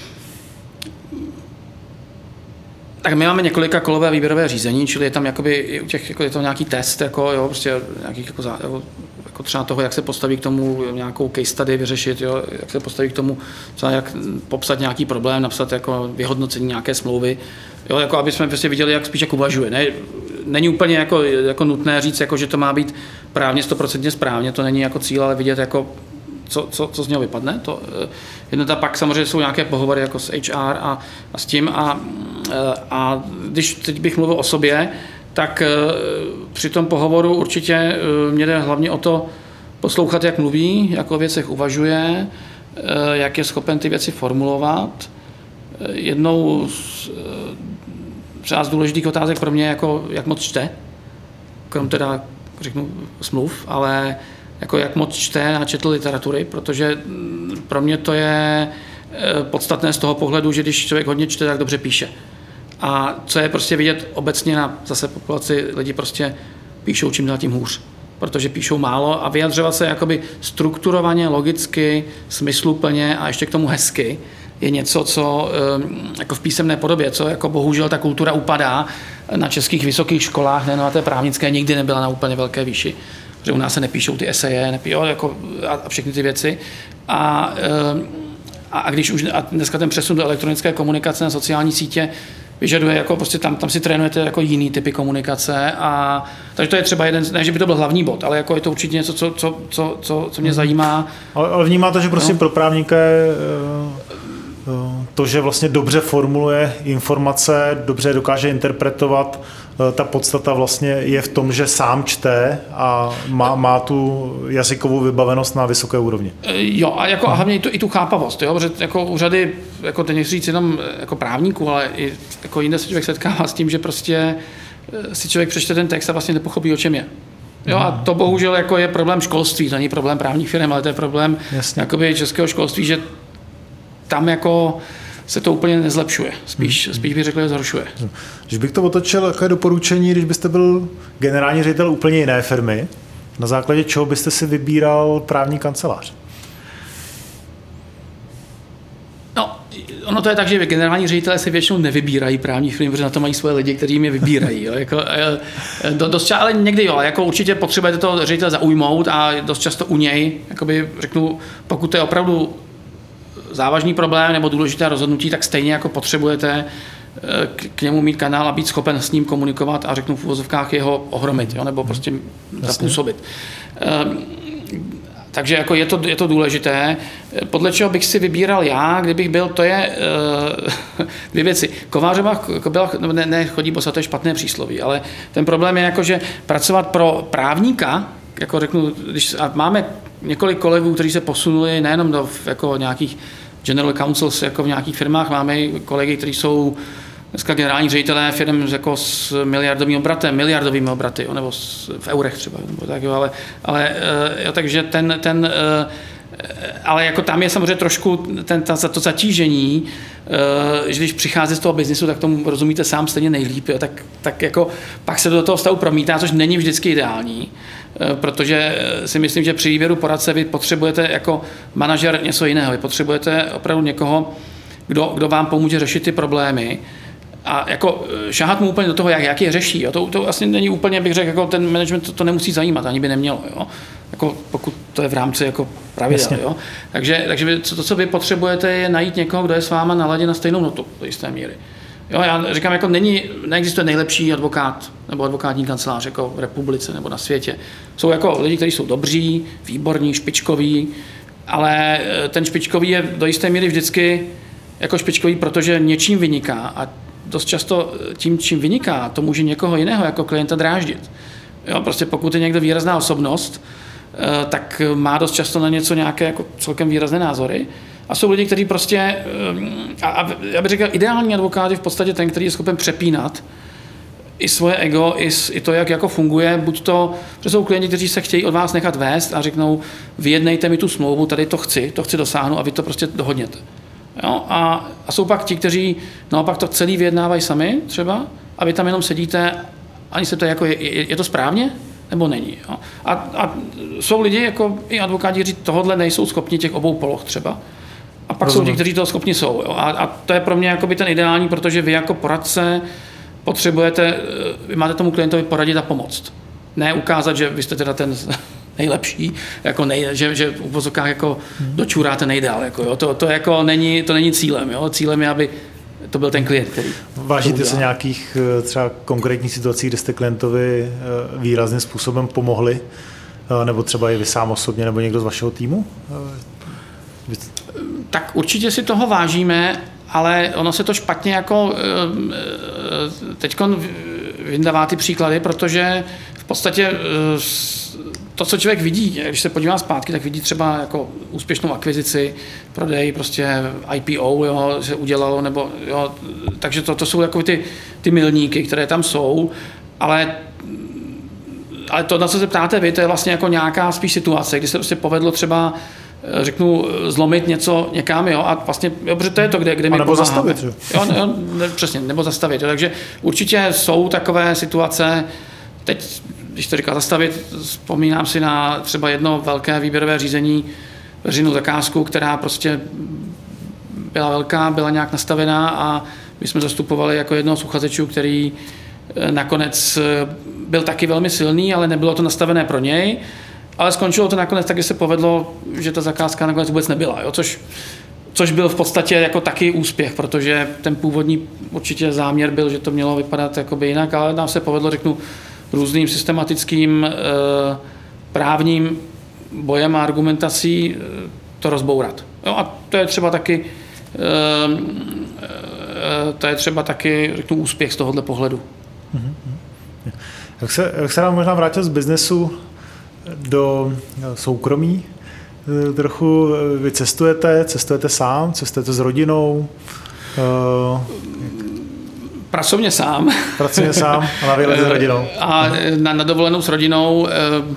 Tak my máme několika kolové výběrové řízení, čili je tam jakoby, u těch, jako je to nějaký test, jako, jo, prostě nějaký, jako, jako, jako třeba toho, jak se postaví k tomu, nějakou case study vyřešit, jo, jak se postaví k tomu, třeba jak popsat nějaký problém, napsat jako vyhodnocení nějaké smlouvy, jo, jako aby jsme prostě viděli, jak spíš jak uvažuje. Ne? Není úplně jako, jako nutné říct, jako, že to má být právně stoprocentně správně, to není jako cíl, ale vidět, jako, co, co, co z něho vypadne. To, jednota pak samozřejmě jsou nějaké pohovory jako s H R a, a s tím. A, a když teď bych mluvil o sobě, tak při tom pohovoru určitě mě jde hlavně o to poslouchat, jak mluví, jak o věcech uvažuje, jak je schopen ty věci formulovat. Jednou z, třeba z důležitých otázek pro mě je, jako, jak moc čte, krom teda, řeknu, smluv, ale jako jak moc čte a četl literatury, protože pro mě to je podstatné z toho pohledu, že když člověk hodně čte, tak dobře píše. A co je prostě vidět obecně na zase populaci, lidi prostě píšou čím dál tím hůř, protože píšou málo a vyjadřovat se jakoby strukturovaně, logicky, smysluplně a ještě k tomu hezky je něco, co jako v písemné podobě, co jako bohužel ta kultura upadá na českých vysokých školách, ne na té právnické, nikdy nebyla na úplně velké výši. Protože u nás se nepíšou ty eseje, nepíšou jako a všechny ty věci. A, a když už a dneska ten přesun do elektronické komunikace na sociální sítě vyžaduje, jako prostě tam, tam si trénujete jako jiný typy komunikace. A, takže to je třeba jeden, ne, že by to byl hlavní bod, ale jako je to určitě něco, co, co, co, co, co mě zajímá. Ale, ale vnímáte, že prostě no. pro právníka je to, že vlastně dobře formuluje informace, dobře dokáže interpretovat, ta podstata vlastně je v tom, že sám čte a má, má tu jazykovou vybavenost na vysoké úrovni. Jo, a jako a hlavně i tu, i tu chápavost, jo, protože jako úřady, jako teď nechci říct jenom jako právníků, ale i jako jinde se člověk setkává s tím, že prostě si člověk přečte ten text a vlastně nepochopí, o čem je. Jo, a to bohužel jako je problém školství, to není problém právních firm, ale to je problém jakoby českého školství, že tam jako se to úplně nezlepšuje. Spíš, hmm. spíš bych řekl, že zhoršuje. Když bych to otočil, jaké doporučení, když byste byl generální ředitel úplně jiné firmy, na základě čeho byste si vybíral právní kancelář? No, ono to je tak, že generální ředitelé si většinou nevybírají právní firmy, protože na to mají svoje lidi, kteří jim je vybírají. Jo. Jako, do, dost ča, ale někdy jo, jako určitě potřebujete toho ředitele zaujmout a dost často u něj, jakoby, řeknu, pokud to je opravdu závažný problém nebo důležité rozhodnutí, tak stejně jako potřebujete k, k němu mít kanál a být schopen s ním komunikovat a řeknu v uvozovkách jeho ohromit, jo, nebo prostě Jasně. zapůsobit. Um, takže jako je to, je to důležité. Podle čeho bych si vybíral já, kdybych byl, to je uh, dvě věci. Kovářová byla, ne, ne chodí bosa, to je špatné přísloví, ale ten problém je jako, že pracovat pro právníka, jako řeknu, když a máme několik kolegů, kteří se posunuli nejenom do jako nějakých general counsels, jako v nějakých firmách, máme kolegy, kteří jsou dneska generální ředitelé firm jako s miliardovým obratem, miliardovými obraty, jo, nebo s, v eurech třeba, nebo tak, jo, ale, ale jo, takže ten, ten ale jako tam je samozřejmě trošku ten, ta, to zatížení, že když přichází z toho biznisu, tak tomu rozumíte sám stejně nejlíp, jo, tak, tak jako pak se do toho stavu promítá, což není vždycky ideální, protože si myslím, že při výběru poradce vy potřebujete jako manažer něco jiného, vy potřebujete opravdu někoho, kdo, kdo vám pomůže řešit ty problémy a jako šahat mu úplně do toho, jak, jak je řeší. Jo. To, to vlastně není úplně, bych řekl, jako ten management to, to nemusí zajímat, ani by nemělo. Jo. Jako, pokud to je v rámci jako pravidel. Jo. Takže, takže vy, to, co vy potřebujete, je najít někoho, kdo je s váma naladěn na stejnou notu do jisté míry. Jo, já říkám, jako není, neexistuje nejlepší advokát nebo advokátní kancelář jako v republice nebo na světě. Jsou jako lidi, kteří jsou dobří, výborní, špičkoví, ale ten špičkový je do jisté míry vždycky jako špičkový, protože něčím vyniká a dost často tím, čím vyniká, to může někoho jiného jako klienta dráždit. Jo, prostě pokud je někdo výrazná osobnost, tak má dost často na něco nějaké jako celkem výrazné názory. A jsou lidi, kteří prostě, a já bych řekl, ideální advokát je v podstatě ten, který je schopen přepínat i svoje ego, i, i to, jak jako funguje, buď to, že jsou klienti, kteří se chtějí od vás nechat vést a řeknou, vyjednejte mi tu smlouvu, tady to chci, to chci dosáhnout a vy to prostě dohodněte. Jo? A, a jsou pak ti, kteří naopak to celý vyjednávají sami třeba a vy tam jenom sedíte, ani se to jako, je, je to správně? Nebo není. Jo? A, a jsou lidi, jako i advokáti, kteří tohodle nejsou schopni těch obou poloh třeba. A pak Rozumím. Jsou ti, kteří toho schopni jsou. Jo? A, a to je pro mě jakoby ten ideální, protože vy jako poradce potřebujete, vy máte tomu klientovi poradit a pomoct. Ne ukázat, že vy jste teda ten nejlepší, jako nej, že, že v uvozovkách jako dočuráte nejdál. Jako, jo? To, to, jako není, to není cílem. Jo? Cílem je, aby to byl ten klient, který... Vážíte se nějakých třeba konkrétních situací, kde jste klientovi výrazným způsobem pomohli? Nebo třeba i vy sám osobně, nebo někdo z vašeho týmu? Tak určitě si toho vážíme, ale ono se to špatně jako teďkon vyndává ty příklady, protože v podstatě to, co člověk vidí, když se podívá zpátky, tak vidí třeba jako úspěšnou akvizici, prodej, prostě I P O, jo, se udělalo, nebo jo, takže to, to jsou jako ty, ty milníky, které tam jsou, ale, ale to, na co se ptáte vy, to je vlastně jako nějaká spíš situace, kdy se prostě povedlo třeba, řeknu, zlomit něco někam, jo, a vlastně, jo, protože to je to, kde, kde my nebo pomáháme. zastavit, jo, jo, ne, přesně, nebo zastavit, jo, takže určitě jsou takové situace, teď když to říká zastavit, vzpomínám si na třeba jedno velké výběrové řízení, veřejnou zakázku, která prostě byla velká, byla nějak nastavená a my jsme zastupovali jako jednoho z uchazečů, který nakonec byl taky velmi silný, ale nebylo to nastavené pro něj, ale skončilo to nakonec tak, že se povedlo, že ta zakázka nakonec vůbec nebyla, jo? Což, což byl v podstatě jako taky úspěch, protože ten původní určitě záměr byl, že to mělo vypadat jakoby jinak, ale nám se povedlo, řeknu, různým systematickým e, právním bojem a argumentací e, to rozbourat. Jo, a to je třeba taky e, e, to je třeba taky, řeknu, úspěch z tohohle pohledu. Mm-hmm. Jak se, jak se nám možná vrátil z biznesu do soukromí? E, trochu vy cestujete, cestujete sám, cestujete s rodinou? E, Pracovně sám. Pracovně sám a na výlet s rodinou. A na, na dovolenou s rodinou.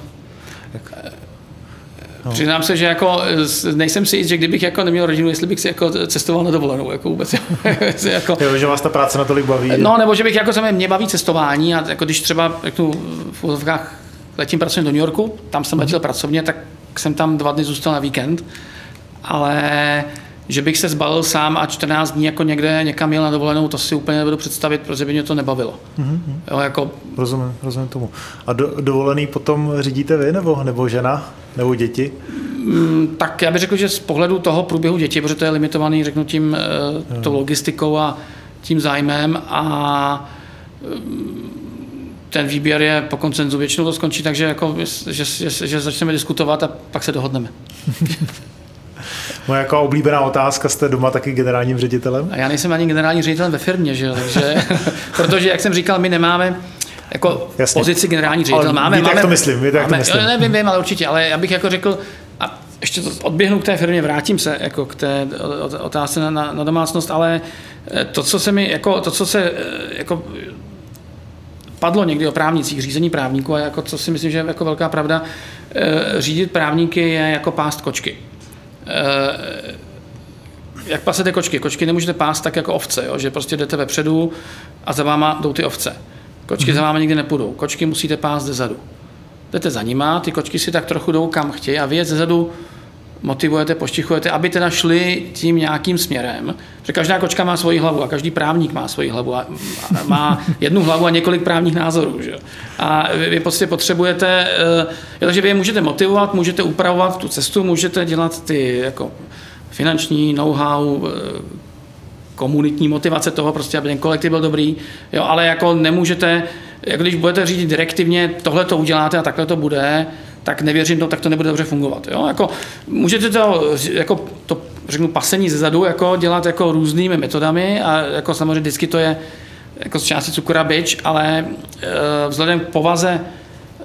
No. Přiznám se, že jako nejsem si jist, že kdybych jako neměl rodinu, jestli bych si jako cestoval na dovolenou. Jako vůbec, jako, jo, že vás ta práce natolik baví. No, nebo že bych jako se mě baví cestování a jako když třeba řeknu, v úzovkách letím pracovně do New Yorku, tam jsem letěl pracovně, tak jsem tam dva dny zůstal na víkend, ale že bych se zbalil sám a čtrnáct dní jako někde někam jel na dovolenou, to si úplně nebudu představit, protože by mě to nebavilo. Mm-hmm. Jo, jako... Rozumím, rozumím tomu. A do, dovolený potom řídíte vy, nebo, nebo žena, nebo děti? Mm, tak já bych řekl, že z pohledu toho průběhu dětí, protože to je limitovaný, řeknu tím, mm. tou logistikou a tím zájmem a ten výběr je po konsenzu. Většinou to skončí tak, že, jako, že, že, že začneme diskutovat a pak se dohodneme. Moje jako oblíbená otázka, jste doma taky generálním ředitelem? A já nejsem ani generálním ředitelem ve firmě, že jo, takže, protože, jak jsem říkal, my nemáme jako Jasně. pozici generální ředitel. Ale máme, víte, máme, jak to myslím, víte, jak máme, to myslím. Ne, vím, vím, ale určitě, ale já bych jako řekl, a ještě to odběhnu k té firmě, vrátím se jako k té otázce na, na, na domácnost, ale to, co se mi, jako, to, co se jako padlo někdy o právnicích, řízení právníků, a jako, co si myslím, že je jako velká pravda, řídit právníky je jako pást kočky. Jak pasete kočky? Kočky nemůžete pást tak jako ovce, jo? Že prostě jdete vepředu a za váma jdou ty ovce. Kočky mm-hmm. za váma nikdy nepůjdou. Kočky musíte pást zezadu. Jdete za nima, ty kočky si tak trochu jdou kam chtějí a vy je zezadu motivujete, poštichujete, aby teda šli tím nějakým směrem. Protože každá kočka má svoji hlavu a každý právník má svoji hlavu a má jednu hlavu a několik právních názorů. Že? A vy, vy prostě potřebujete, takže vy je můžete motivovat, můžete upravovat tu cestu, můžete dělat ty jako finanční know-how, komunitní motivace toho, prostě, aby ten kolektiv byl dobrý, jo, ale jako nemůžete, jako když budete řídit direktivně, tohle to uděláte a takhle to bude, tak nevěřím to, tak to nebude dobře fungovat. Jo? Jako, můžete to, jako, to řeknu, pasení zezadu jako, dělat jako různými metodami a jako samozřejmě vždycky to je jako z části cukra bič, ale e, vzhledem k povaze e,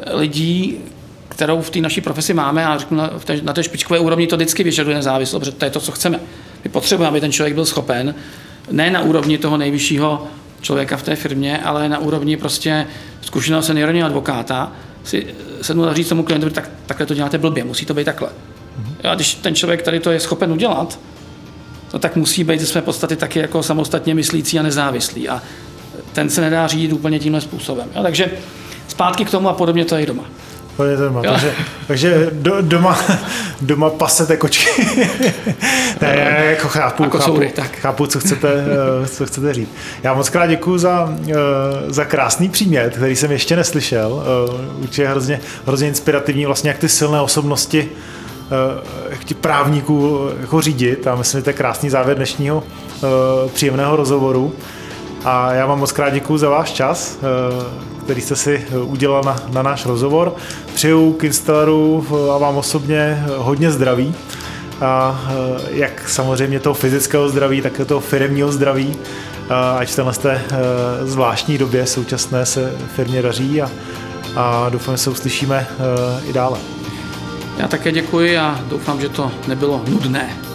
lidí, kterou v té naší profesi máme, a řeknu, na té, na té špičkové úrovni to vždycky vyžaduje nezávislost, protože to je to, co chceme. My potřebujeme, aby ten člověk byl schopen, ne na úrovni toho nejvyššího člověka v té firmě, ale na úrovni prostě zkušeného seniorního advokáta, si sednout a říct tomu klientovi, tak, takhle to děláte blbě, musí to být takhle. A když ten člověk tady to je schopen udělat, no tak musí být ze své podstaty taky jako samostatně myslící a nezávislý. A ten se nedá řídit úplně tímhle způsobem. Jo, takže zpátky k tomu a podobně to je i doma. Doma. Takže, takže do, doma, doma pasete kočky. Ne, já jako chápu, jako chápu, soury, tak. chápu co, chcete, co chcete říct. Já moc krát děkuju za, za krásný přímět, který jsem ještě neslyšel. Určitě je hrozně, hrozně inspirativní, vlastně jak ty silné osobnosti jak ti právníků jako řídit. A myslím, že to je krásný závěr dnešního příjemného rozhovoru. A já vám moc krát děkuju za váš čas, který jste si udělal na, na náš rozhovor. Přeju Kinstellaru a vám osobně hodně zdraví. A jak samozřejmě toho fyzického zdraví, tak i toho firemního zdraví. Ať v téhle zvláštní době současné se firmě daří a, a doufám, že se uslyšíme i dále. Já také děkuji a doufám, že to nebylo nudné.